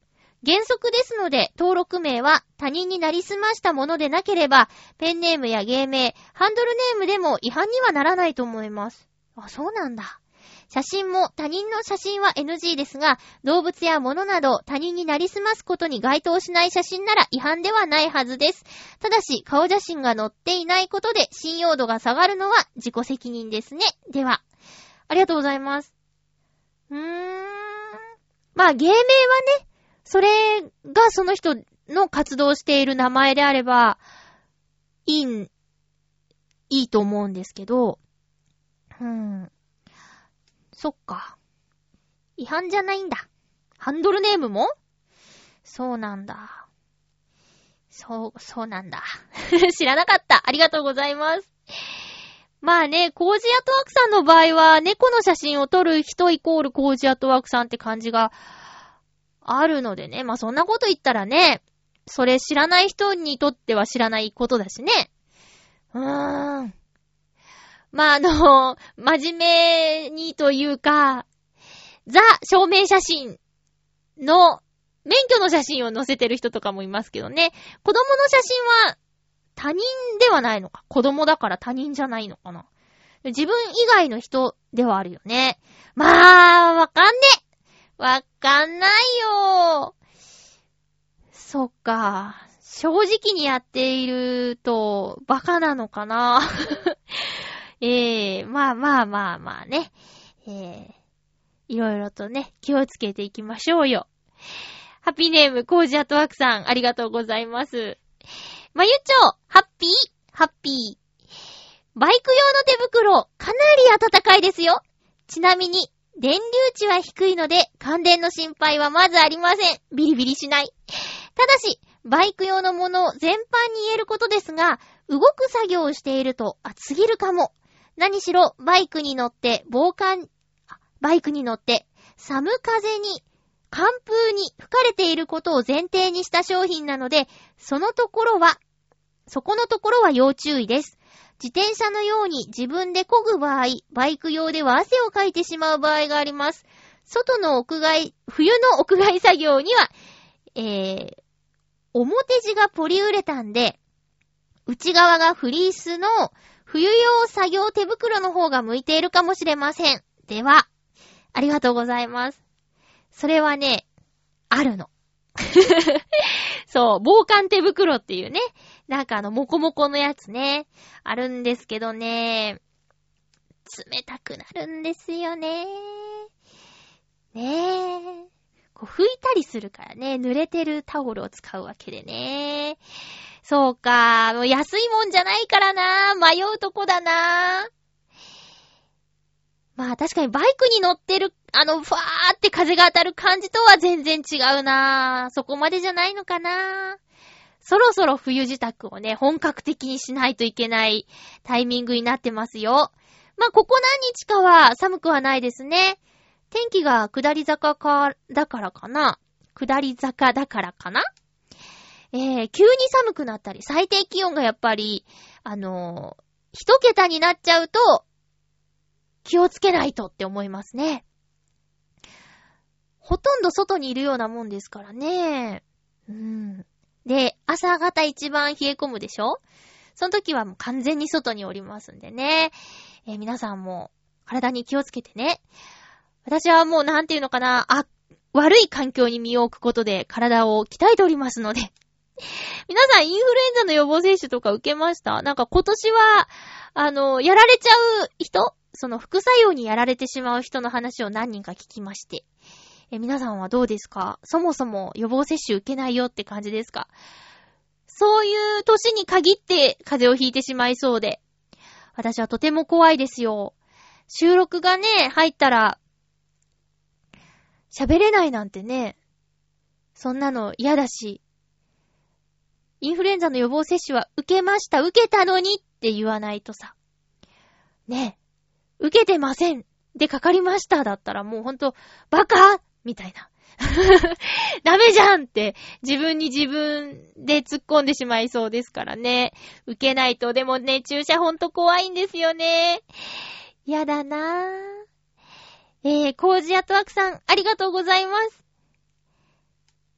原則ですので、登録名は他人になりすましたものでなければ、ペンネームや芸名、ハンドルネームでも違反にはならないと思います。あ、そうなんだ。写真も他人の写真は エヌジー ですが、動物や物など他人になりすますことに該当しない写真なら違反ではないはずです。ただし、顔写真が載っていないことで信用度が下がるのは自己責任ですね。では、ありがとうございます。うーん。まあ、芸名はね、それがその人の活動している名前であれば、いいん、いいと思うんですけど、うーん。そっか。違反じゃないんだ。ハンドルネームも？そうなんだ。そう、そうなんだ。知らなかった。ありがとうございます。まあね、コージアトワークさんの場合は、猫の写真を撮る人イコールコージアトワークさんって感じがあるのでね。まあそんなこと言ったらね、それ知らない人にとっては知らないことだしね。うーん。まああの、真面目にというか、ザ証明写真の免許の写真を載せてる人とかもいますけどね。子供の写真は他人ではないのか。子供だから他人じゃないのかな。自分以外の人ではあるよね。まあ、わかんねえ。わかんないよ。そっか。正直にやっているとバカなのかな。ええー、まあまあまあまあね。えー、いろいろとね、気をつけていきましょうよ。ハッピーネーム、コージアトワークさん、ありがとうございます。まゆちょ、ハッピー、ハッピー。バイク用の手袋、かなり暖かいですよ。ちなみに、電流値は低いので、感電の心配はまずありません。ビリビリしない。ただし、バイク用のもの全般に言えることですが、動く作業をしていると暑すぎるかも。何しろ、バイクに乗って、防寒、バイクに乗って、寒風に、寒風に吹かれていることを前提にした商品なので、そのところは、そこのところは要注意です。自転車のように自分で漕ぐ場合、バイク用では汗をかいてしまう場合があります。外の屋外、冬の屋外作業には、えー、表地がポリウレタンで、内側がフリースの冬用作業手袋の方が向いているかもしれません。では、ありがとうございます。それはね、あるの。そう、防寒手袋っていうね、なんかあの、モコモコのやつね、あるんですけどね、冷たくなるんですよね。ねえ。こう拭いたりするからね、濡れてるタオルを使うわけでね。そうか、もう安いもんじゃないからな、迷うとこだな。まあ確かにバイクに乗ってる、あの、ふわーって風が当たる感じとは全然違うな。そこまでじゃないのかな。そろそろ冬支度をね、本格的にしないといけないタイミングになってますよ。まあここ何日かは寒くはないですね。天気が下り坂か、だからかな。下り坂だからかな。えー、急に寒くなったり、最低気温がやっぱり、あのー、一桁になっちゃうと、気をつけないとって思いますね。ほとんど外にいるようなもんですからね。うん。で、朝方一番冷え込むでしょ？その時はもう完全に外におりますんでね。えー、皆さんも体に気をつけてね。私はもうなんていうのかな、あ、悪い環境に身を置くことで体を鍛えておりますので。皆さんインフルエンザの予防接種とか受けました？なんか今年は、あの、やられちゃう人？その副作用にやられてしまう人の話を何人か聞きまして。え、皆さんはどうですか？そもそも予防接種受けないよって感じですか？そういう年に限って風邪をひいてしまいそうで。私はとても怖いですよ。収録がね、入ったら、喋れないなんてね、そんなの嫌だし、インフルエンザの予防接種は受けました、受けたのにって言わないとさ。ねえ、受けてませんでかかりましただったらもうほんと、バカみたいな。ダメじゃんって自分に自分で突っ込んでしまいそうですからね。受けないと。でもね、注射ほんと怖いんですよね。やだなぁ。えー、コージアトワークさん、ありがとうございます。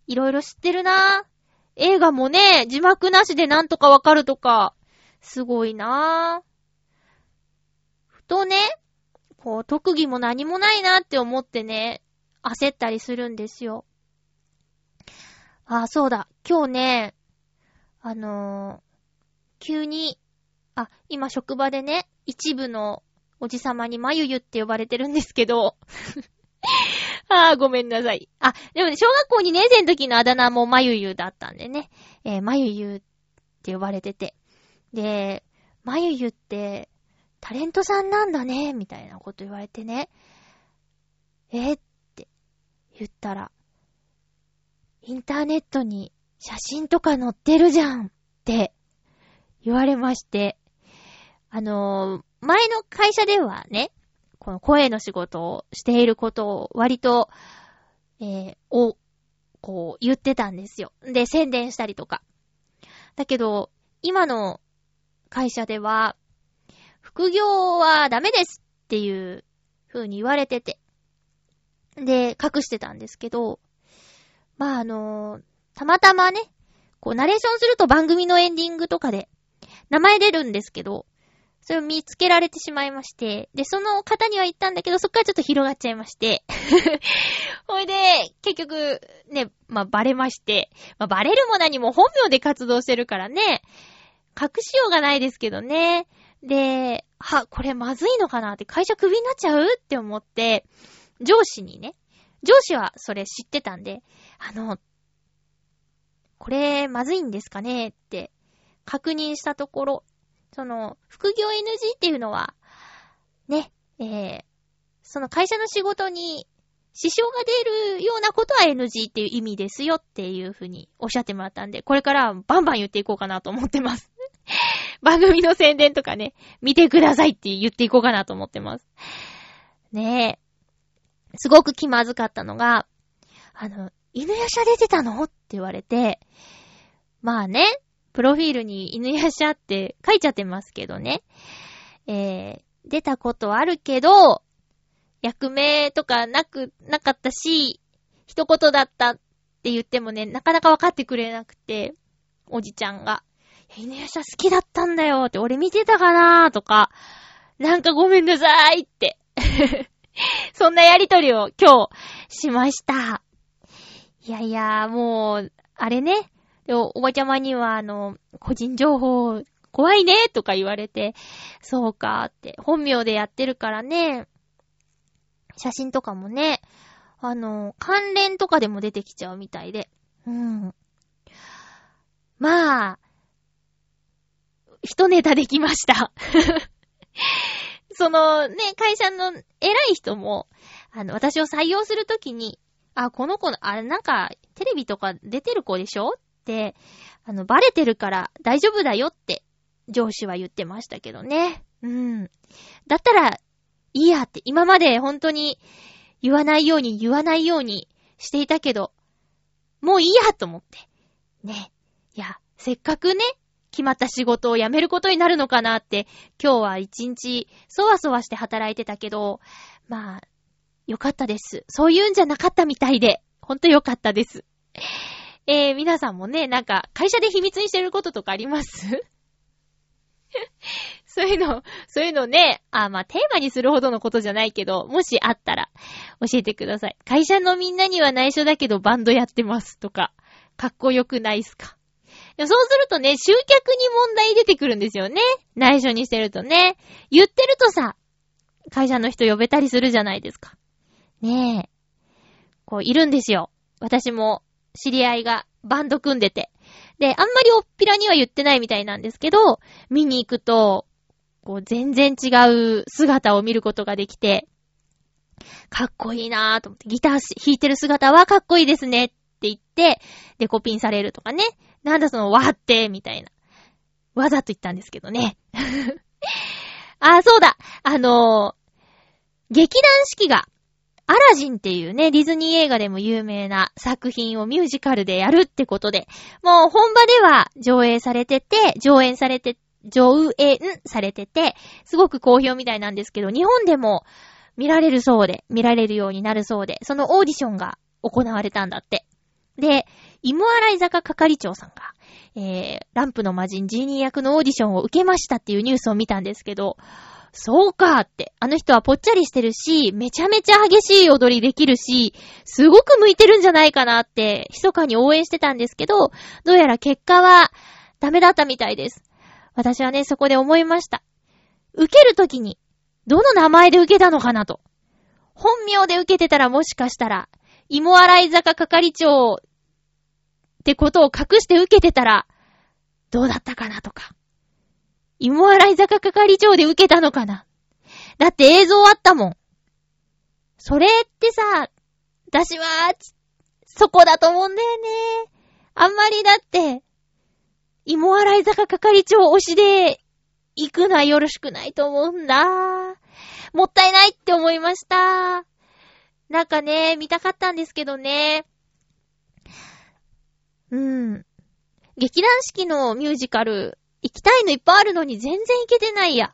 いろいろ知ってるな。映画もね、字幕なしでなんとかわかるとか、すごいな。ふとね、こう、特技も何もないなって思ってね、焦ったりするんですよ。あ、そうだ。今日ね、あのー、急に、あ、今職場でね、一部のおじさまにまゆゆって呼ばれてるんですけど、あーごめんなさい。あ、でもね、小学校にねん生の時のあだ名もまゆゆだったんでね、えー、まゆゆって呼ばれてて。で、まゆゆってタレントさんなんだね、みたいなこと言われてね、えー、って言ったら、インターネットに写真とか載ってるじゃんって言われまして、あのー、前の会社ではね、この声の仕事をしていることを割と、えー、を、こう言ってたんですよ。で、宣伝したりとか。だけど、今の会社では、副業はダメですっていう風に言われてて。で、隠してたんですけど、まああのー、たまたまね、こうナレーションすると番組のエンディングとかで名前出るんですけど、それを見つけられてしまいまして、で、その方には言ったんだけど、そっからちょっと広がっちゃいまして。ほいで、結局、ね、まあ、バレまして、まあ、バレるも何も本名で活動してるからね、隠しようがないですけどね。で、は、これまずいのかなって、会社クビになっちゃうって思って、上司にね、上司はそれ知ってたんで、あの、これまずいんですかねって確認したところ、その、副業 エヌジー っていうのは、ね、えー、その会社の仕事に支障が出るようなことは エヌジー っていう意味ですよっていうふうにおっしゃってもらったんで、これからバンバン言っていこうかなと思ってます。番組の宣伝とかね、見てくださいって言っていこうかなと思ってます。ねえ、すごく気まずかったのが、あの、犬夜叉出てたのって言われて、まあね、プロフィールに犬夜叉って書いちゃってますけどね。えー、出たことあるけど、役名とかなく、なかったし、一言だったって言ってもね、なかなか分かってくれなくて、おじちゃんが。犬夜叉好きだったんだよって、俺見てたかなーとか、なんかごめんなさいって。そんなやりとりを今日しました。いやいや、もう、あれね。でおばちゃまには、あの、個人情報怖いねとか言われて、そうかって、本名でやってるからね、写真とかもね、あの、関連とかでも出てきちゃうみたいで。うん。まあ、一ネタできました。そのね、会社の偉い人も、あの、私を採用するときに、あ、この子の、あ、なんか、テレビとか出てる子でしょって、あの、バレてるから大丈夫だよって、上司は言ってましたけどね。うん。だったら、いいやって、今まで本当に言わないように言わないようにしていたけど、もういいやと思って。ね。いや、せっかくね、決まった仕事を辞めることになるのかなって、今日は一日、そわそわして働いてたけど、まあ、よかったです。そういうんじゃなかったみたいで、ほんとよかったです。えー、皆さんもね、なんか、会社で秘密にしてることとかありますそういうの、そういうのね、あ、まあ、テーマにするほどのことじゃないけど、もしあったら、教えてください。会社のみんなには内緒だけど、バンドやってますとか、かっこよくないっすか。そうするとね、集客に問題出てくるんですよね。内緒にしてるとね。言ってるとさ、会社の人呼べたりするじゃないですか。ねえ。こう、いるんですよ。私も知り合いがバンド組んでて。で、あんまりおっぴらには言ってないみたいなんですけど、見に行くと、こう、全然違う姿を見ることができて、かっこいいなぁと思って、ギター弾いてる姿はかっこいいですねって言って、デコピンされるとかね。なんだそのわーって、みたいな。わざと言ったんですけどね。あ、そうだ。あのー、劇団四季が、アラジンっていうね、ディズニー映画でも有名な作品をミュージカルでやるってことで、もう本場では上映されてて、上演されて、上演されてて、すごく好評みたいなんですけど、日本でも見られるそうで、見られるようになるそうで、そのオーディションが行われたんだって。 で、芋洗坂係長さんが、えー、ランプの魔人ジーニー役のオーディションを受けましたっていうニュースを見たんですけど、そうかって、あの人はぽっちゃりしてるし、めちゃめちゃ激しい踊りできるし、すごく向いてるんじゃないかなって、密かに応援してたんですけど、どうやら結果はダメだったみたいです。私はね、そこで思いました。受けるときに、どの名前で受けたのかなと。本名で受けてたらもしかしたら、芋洗坂係長ってことを隠して受けてたら、どうだったかなとか。芋洗坂係長で受けたのかな。だって映像あったもん。それってさ、私は、そこだと思うんだよね。あんまりだって、芋洗坂係長推しで行くのはよろしくないと思うんだ。もったいないって思いました。なんかね、見たかったんですけどね。うん。劇団四季のミュージカル、行きたいのいっぱいあるのに全然行けてないや。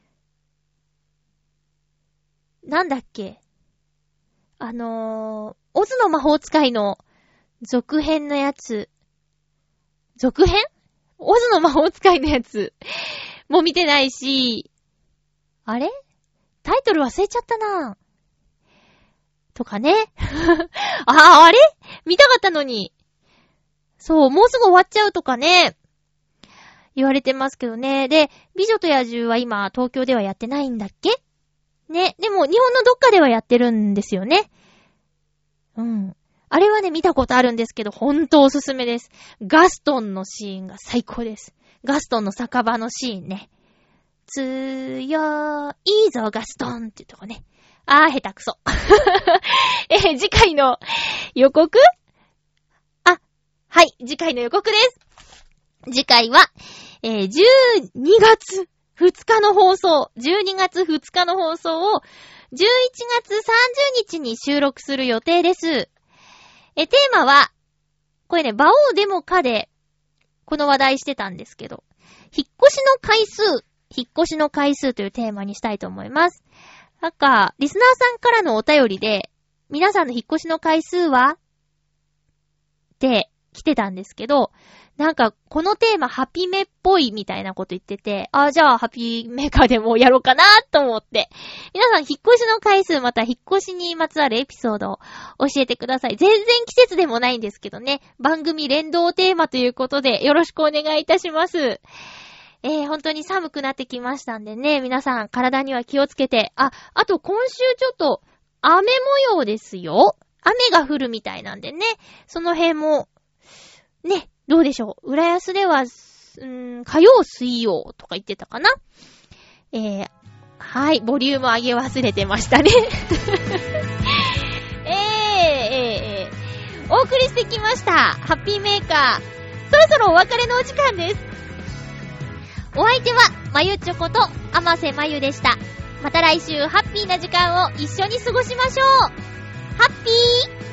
なんだっけ？あのー、オズの魔法使いの続編のやつ。続編？オズの魔法使いのやつも見てないし、あれ？タイトル忘れちゃったな。とかね。あ、あれ？見たかったのに。そう、もうすぐ終わっちゃうとかね。言われてますけどね。で、美女と野獣は今東京ではやってないんだっけ？ね。でも日本のどっかではやってるんですよね。うん。あれはね、見たことあるんですけど、ほんとおすすめです。ガストンのシーンが最高です。ガストンの酒場のシーンね。強いぞガストンっていうとこね。あー、下手くそ。えー、次回の予告？あ、はい、次回の予告です。次回は、えー、じゅうにがつふつかの放送、じゅうにがつふつかの放送をじゅういちがつさんじゅうにちに収録する予定です。え、テーマは、これね、馬王デモかで、この話題してたんですけど、引っ越しの回数、引っ越しの回数というテーマにしたいと思います。なんか、リスナーさんからのお便りで、皆さんの引っ越しの回数はって来てたんですけど、なんか、このテーマ、ハピメっぽいみたいなこと言ってて、あ、じゃあ、ハピメカでもやろうかなと思って。皆さん、引っ越しの回数、また、引っ越しにまつわるエピソードを教えてください。全然季節でもないんですけどね。番組連動テーマということで、よろしくお願いいたします。えー、本当に寒くなってきましたんでね、皆さん、体には気をつけて。あ、あと、今週ちょっと、雨模様ですよ。雨が降るみたいなんでね。その辺も、ね。どうでしょう。浦安では、うーん、火曜水曜とか言ってたかな。えー、はい、ボリューム上げ忘れてましたね。えー、えー、えー、お送りしてきました。ハッピーメーカー。そろそろお別れのお時間です。お相手は、まゆちょこと、あませまゆでした。また来週、ハッピーな時間を一緒に過ごしましょう。ハッピー